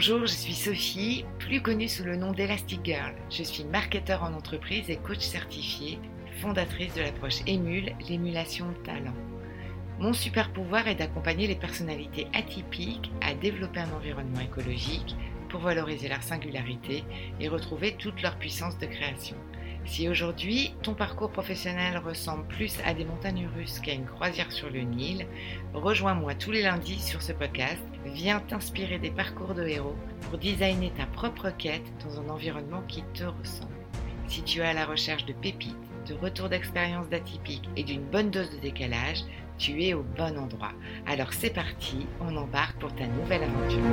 Bonjour, je suis Sophie, plus connue sous le nom d'Elastic Girl. Je suis marketeur en entreprise et coach certifié, fondatrice de l'approche Émule, l'émulation de talent. Mon super pouvoir est d'accompagner les personnalités atypiques à développer un environnement écologique pour valoriser leur singularité et retrouver toute leur puissance de création. Si aujourd'hui, ton parcours professionnel ressemble plus à des montagnes russes qu'à une croisière sur le Nil, rejoins-moi tous les lundis sur ce podcast. Viens t'inspirer des parcours de héros pour designer ta propre quête dans un environnement qui te ressemble. Si tu es à la recherche de pépites, de retours d'expérience d'atypique et d'une bonne dose de décalage, tu es au bon endroit. Alors c'est parti, on embarque pour ta nouvelle aventure.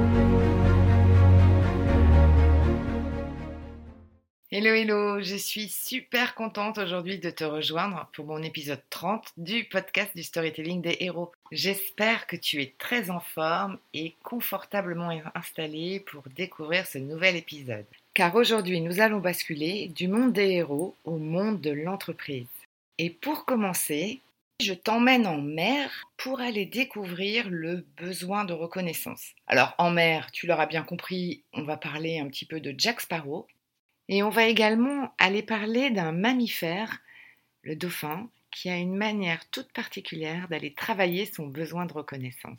Hello, je suis super contente aujourd'hui de te rejoindre pour mon épisode 30 du podcast du storytelling des héros. J'espère que tu es très en forme et confortablement installé pour découvrir ce nouvel épisode. Car aujourd'hui, nous allons basculer du monde des héros au monde de l'entreprise. Et pour commencer, je t'emmène en mer pour aller découvrir le besoin de reconnaissance. Alors en mer, tu l'auras bien compris, on va parler un petit peu de Jack Sparrow. Et on va également aller parler d'un mammifère, le dauphin, qui a une manière toute particulière d'aller travailler son besoin de reconnaissance.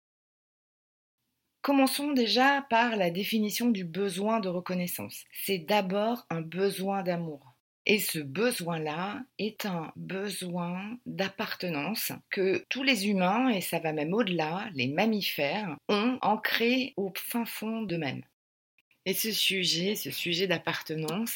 Commençons déjà par la définition du besoin de reconnaissance. C'est d'abord un besoin d'amour. Et ce besoin-là est un besoin d'appartenance que tous les humains, et ça va même au-delà, les mammifères, ont ancré au fin fond d'eux-mêmes. Et ce sujet d'appartenance,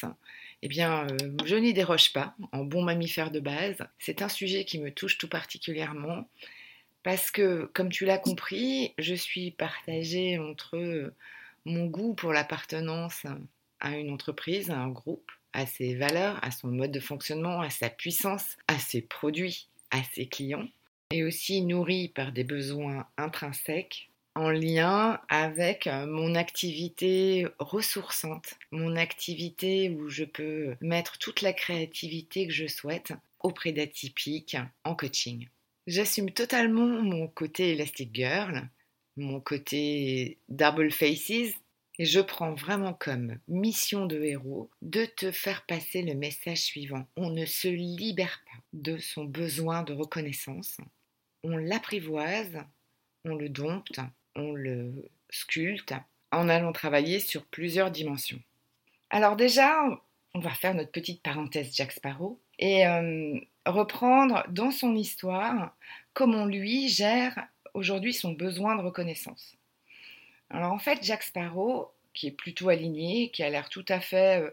je n'y déroge pas, en bon mammifère de base. C'est un sujet qui me touche tout particulièrement parce que, comme tu l'as compris, je suis partagée entre mon goût pour l'appartenance à une entreprise, à un groupe, à ses valeurs, à son mode de fonctionnement, à sa puissance, à ses produits, à ses clients, et aussi nourrie par des besoins intrinsèques en lien avec mon activité ressourçante, mon activité où je peux mettre toute la créativité que je souhaite auprès d'atypiques en coaching. J'assume totalement mon côté Elastic Girl, mon côté Double Faces, et je prends vraiment comme mission de héros de te faire passer le message suivant. On ne se libère pas de son besoin de reconnaissance, on l'apprivoise, on le dompte, on le sculpte en allant travailler sur plusieurs dimensions. Alors déjà, on va faire notre petite parenthèse Jack Sparrow et reprendre dans son histoire comment lui gère aujourd'hui son besoin de reconnaissance. Alors en fait, Jack Sparrow, qui est plutôt aligné, qui a l'air tout à fait,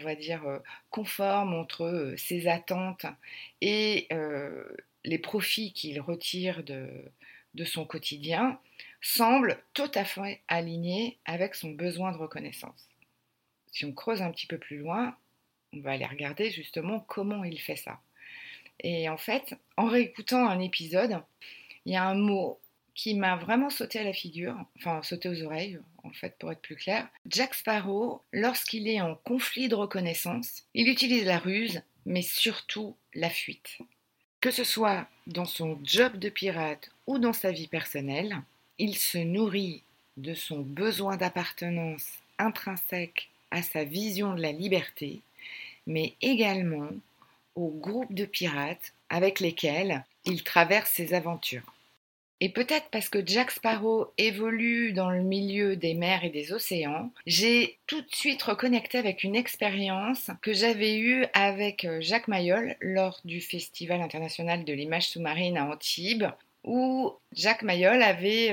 conforme entre ses attentes et les profits qu'il retire de son quotidien, semble tout à fait aligné avec son besoin de reconnaissance. Si on creuse un petit peu plus loin, on va aller regarder justement comment il fait ça. Et en fait, en réécoutant un épisode, il y a un mot qui m'a vraiment sauté à la figure, enfin sauté aux oreilles, en fait, pour être plus clair. Jack Sparrow, lorsqu'il est en conflit de reconnaissance, il utilise la ruse, mais surtout la fuite. Que ce soit dans son job de pirate ou dans sa vie personnelle, il se nourrit de son besoin d'appartenance intrinsèque à sa vision de la liberté, mais également au groupe de pirates avec lesquels il traverse ses aventures. Et peut-être parce que Jack Sparrow évolue dans le milieu des mers et des océans, j'ai tout de suite reconnecté avec une expérience que j'avais eue avec Jacques Mayol lors du Festival international de l'image sous-marine à Antibes, où Jacques Mayol avait...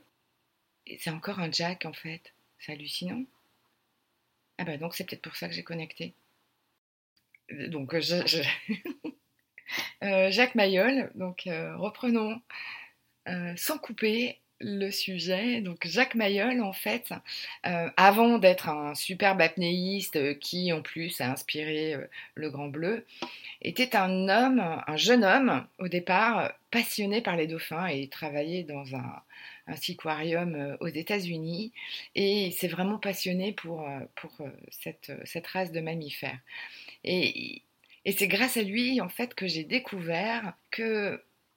C'est encore un Jack en fait, c'est hallucinant. Ah bah donc c'est peut-être pour ça que j'ai connecté. Donc Jacques Mayol, donc reprenons. Sans couper le sujet, donc Jacques Mayol, en fait, avant d'être un superbe apnéiste qui, en plus, a inspiré le Grand Bleu, était un jeune homme, au départ, passionné par les dauphins et travaillait dans un aquarium aux États-Unis et il s'est vraiment passionné pour cette race de mammifères. Et c'est grâce à lui, en fait, que j'ai découvert que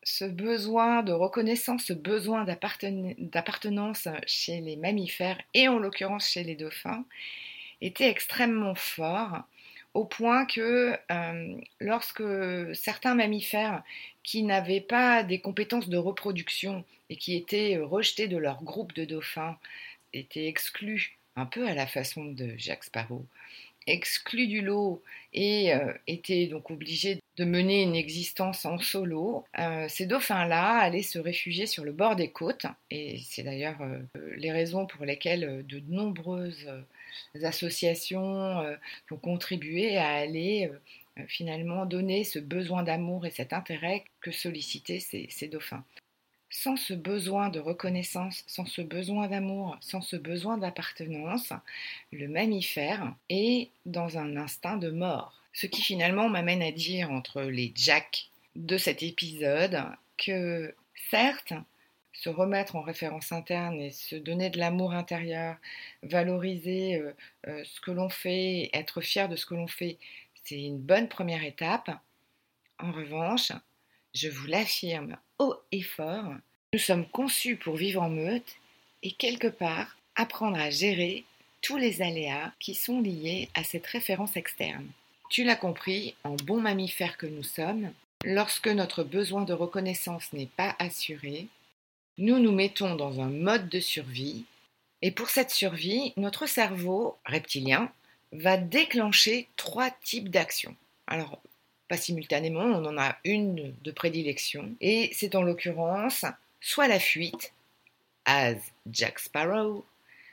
ce besoin de reconnaissance, ce besoin d'appartenance chez les mammifères, et en l'occurrence chez les dauphins, était extrêmement fort, au point que lorsque certains mammifères qui n'avaient pas des compétences de reproduction et qui étaient rejetés de leur groupe de dauphins, étaient exclus, un peu à la façon de Jack Sparrow, exclus du lot et étaient donc obligés de mener une existence en solo, ces dauphins-là allaient se réfugier sur le bord des côtes. Et c'est d'ailleurs les raisons pour lesquelles de nombreuses associations ont contribué à aller finalement donner ce besoin d'amour et cet intérêt que sollicitaient ces dauphins. Sans ce besoin de reconnaissance, sans ce besoin d'amour, sans ce besoin d'appartenance, le mammifère est dans un instinct de mort. Ce qui finalement m'amène à dire entre les Jacks de cet épisode que certes, se remettre en référence interne et se donner de l'amour intérieur, valoriser ce que l'on fait, être fier de ce que l'on fait, c'est une bonne première étape. En revanche, je vous l'affirme haut et fort, nous sommes conçus pour vivre en meute et quelque part apprendre à gérer tous les aléas qui sont liés à cette référence externe. Tu l'as compris, en bons mammifères que nous sommes, lorsque notre besoin de reconnaissance n'est pas assuré, nous nous mettons dans un mode de survie et pour cette survie, notre cerveau reptilien va déclencher 3 types d'actions. Alors, pas simultanément, on en a une de prédilection et c'est en l'occurrence soit la fuite, as Jack Sparrow,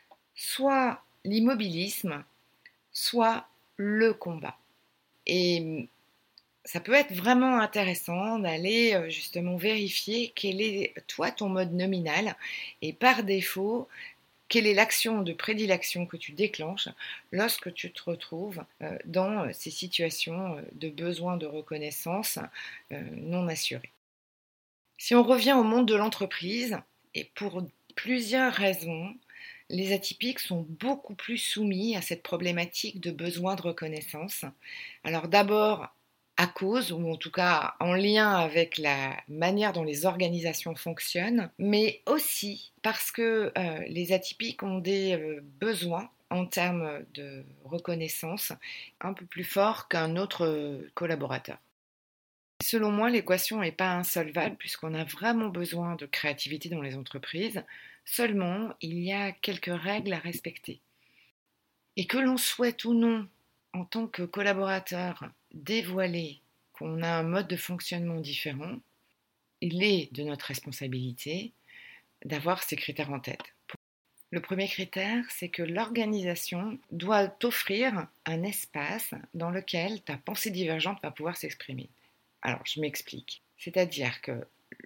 soit l'immobilisme, soit le combat. Et ça peut être vraiment intéressant d'aller justement vérifier quel est toi ton mode nominal et par défaut, quelle est l'action de prédilection que tu déclenches lorsque tu te retrouves dans ces situations de besoin de reconnaissance non assurées. Si on revient au monde de l'entreprise, et pour plusieurs raisons, les atypiques sont beaucoup plus soumis à cette problématique de besoin de reconnaissance. Alors d'abord, à cause, ou en tout cas en lien avec la manière dont les organisations fonctionnent, mais aussi parce que les atypiques ont des besoins en termes de reconnaissance un peu plus forts qu'un autre collaborateur. Selon moi, l'équation n'est pas insolvable puisqu'on a vraiment besoin de créativité dans les entreprises. Seulement, il y a quelques règles à respecter. Et que l'on souhaite ou non, en tant que collaborateur, dévoiler qu'on a un mode de fonctionnement différent, il est de notre responsabilité d'avoir ces critères en tête. Le premier critère, c'est que l'organisation doit t'offrir un espace dans lequel ta pensée divergente va pouvoir s'exprimer. Alors, je m'explique. C'est-à-dire que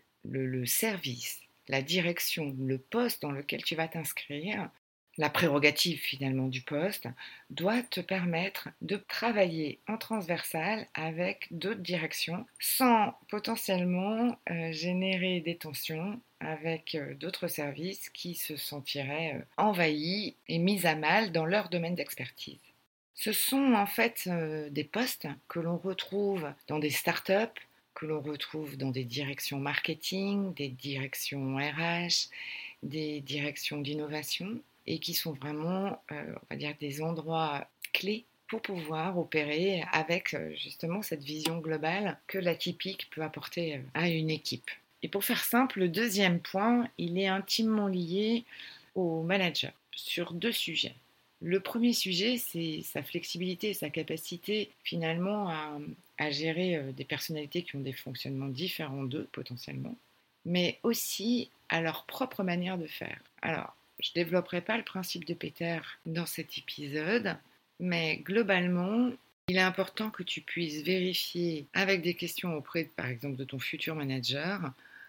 le service, la direction, le poste dans lequel tu vas t'inscrire, la prérogative finalement du poste, doit te permettre de travailler en transversal avec d'autres directions sans potentiellement générer des tensions avec d'autres services qui se sentiraient envahis et mis à mal dans leur domaine d'expertise. Ce sont en fait des postes que l'on retrouve dans des startups, que l'on retrouve dans des directions marketing, des directions RH, des directions d'innovation et qui sont vraiment, on va dire, des endroits clés pour pouvoir opérer avec justement cette vision globale que l'atypique peut apporter à une équipe. Et pour faire simple, le deuxième point, il est intimement lié au manager sur 2 sujets. Le premier sujet, c'est sa flexibilité et sa capacité finalement à gérer des personnalités qui ont des fonctionnements différents d'eux potentiellement, mais aussi à leur propre manière de faire. Alors, je ne développerai pas le principe de Peter dans cet épisode, mais globalement, il est important que tu puisses vérifier avec des questions auprès, par exemple, de ton futur manager,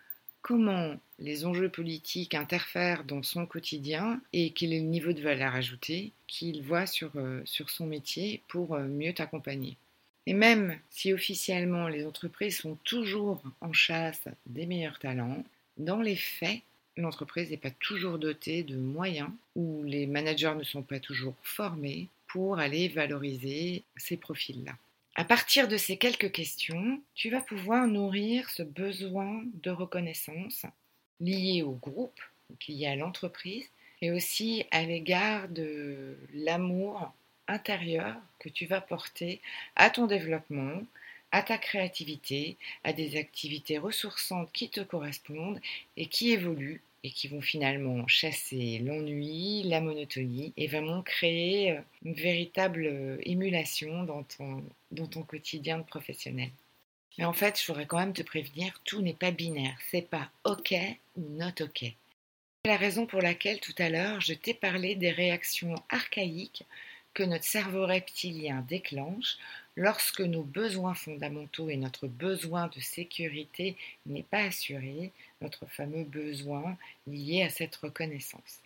comment les enjeux politiques interfèrent dans son quotidien et quel est le niveau de valeur ajoutée qu'il voit sur son métier pour mieux t'accompagner. Et même si officiellement les entreprises sont toujours en chasse des meilleurs talents, dans les faits, l'entreprise n'est pas toujours dotée de moyens ou les managers ne sont pas toujours formés pour aller valoriser ces profils-là. À partir de ces quelques questions, tu vas pouvoir nourrir ce besoin de reconnaissance lié au groupe, lié à l'entreprise, et aussi à l'égard de l'amour intérieur que tu vas porter à ton développement, à ta créativité, à des activités ressourçantes qui te correspondent et qui évoluent et qui vont finalement chasser l'ennui, la monotonie et vraiment créer une véritable émulation dans ton quotidien de professionnel. Mais en fait, je voudrais quand même te prévenir, tout n'est pas binaire, c'est pas OK ou not OK. C'est la raison pour laquelle tout à l'heure, je t'ai parlé des réactions archaïques que notre cerveau reptilien déclenche lorsque nos besoins fondamentaux et notre besoin de sécurité n'est pas assuré, notre fameux besoin lié à cette reconnaissance.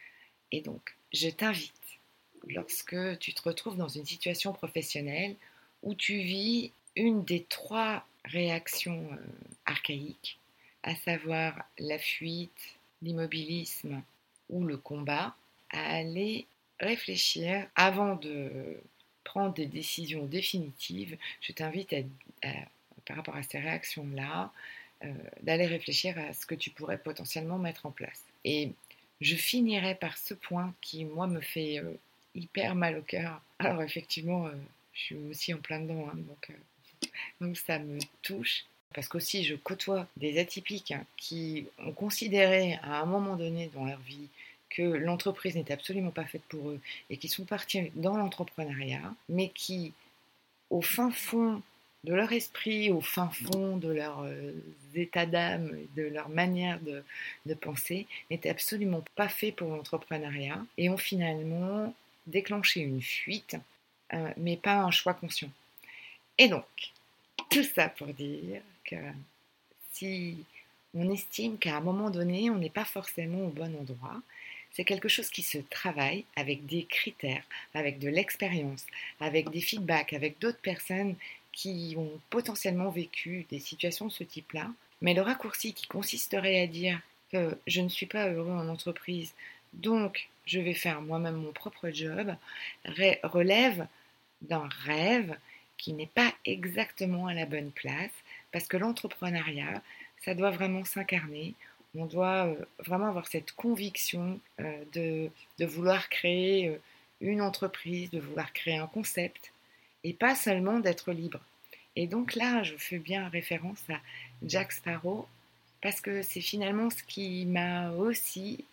Et donc, je t'invite, lorsque tu te retrouves dans une situation professionnelle où tu vis une des 3 réactions archaïques, à savoir la fuite, l'immobilisme ou le combat, à aller réfléchir avant de prendre des décisions définitives. Je t'invite par rapport à ces réactions-là, d'aller réfléchir à ce que tu pourrais potentiellement mettre en place. Et je finirai par ce point qui, moi, me fait hyper mal au cœur. Alors effectivement, je suis aussi en plein dedans, hein, donc ça me touche. Parce qu'aussi, je côtoie des atypiques qui ont considéré à un moment donné dans leur vie que l'entreprise n'était absolument pas faite pour eux et qui sont partis dans l'entrepreneuriat, mais qui, au fin fond de leur esprit, au fin fond de leur état d'âme, de leur manière de penser, n'étaient absolument pas faits pour l'entrepreneuriat et ont finalement déclenché une fuite, mais pas un choix conscient. Et donc, tout ça pour dire que si on estime qu'à un moment donné, on n'est pas forcément au bon endroit, c'est quelque chose qui se travaille avec des critères, avec de l'expérience, avec des feedbacks, avec d'autres personnes qui ont potentiellement vécu des situations de ce type-là. Mais le raccourci qui consisterait à dire que je ne suis pas heureux en entreprise, donc je vais faire moi-même mon propre job, relève d'un rêve qui n'est pas exactement à la bonne place, parce que l'entrepreneuriat, ça doit vraiment s'incarner. On doit vraiment avoir cette conviction de vouloir créer une entreprise, de vouloir créer un concept, et pas seulement d'être libre. Et donc là, je fais bien référence à Jack Sparrow, parce que c'est finalement ce qui m'a aussi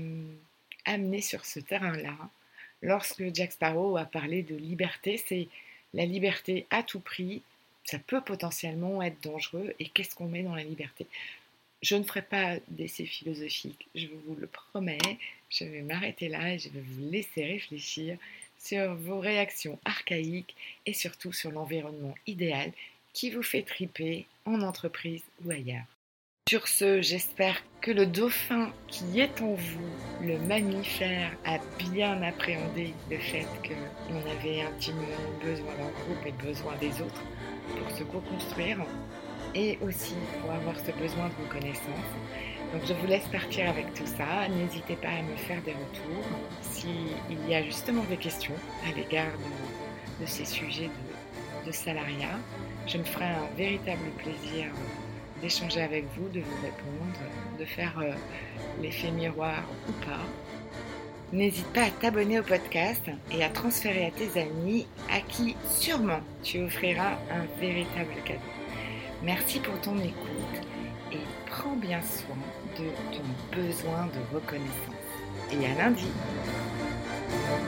amené sur ce terrain-là. Lorsque Jack Sparrow a parlé de liberté, c'est la liberté à tout prix, ça peut potentiellement être dangereux, et qu'est-ce qu'on met dans la liberté ? Je ne ferai pas d'essai philosophique, je vous le promets, je vais m'arrêter là et je vais vous laisser réfléchir sur vos réactions archaïques et surtout sur l'environnement idéal qui vous fait triper en entreprise ou ailleurs. Sur ce, j'espère que le dauphin qui est en vous, le mammifère, a bien appréhendé le fait qu'on avait intimement besoin d'un groupe et besoin des autres pour se co-construire et aussi pour avoir ce besoin de reconnaissance. Donc je vous laisse partir avec tout ça. N'hésitez pas à me faire des retours s'il y a justement des questions à l'égard de ces sujets de salariat. Je me ferai un véritable plaisir d'échanger avec vous, de vous répondre, de faire l'effet miroir ou pas. N'hésite pas à t'abonner au podcast et à transférer à tes amis à qui sûrement tu offriras un véritable cadeau. Merci pour ton écoute et prends bien soin de ton besoin de reconnaissance. Et à lundi!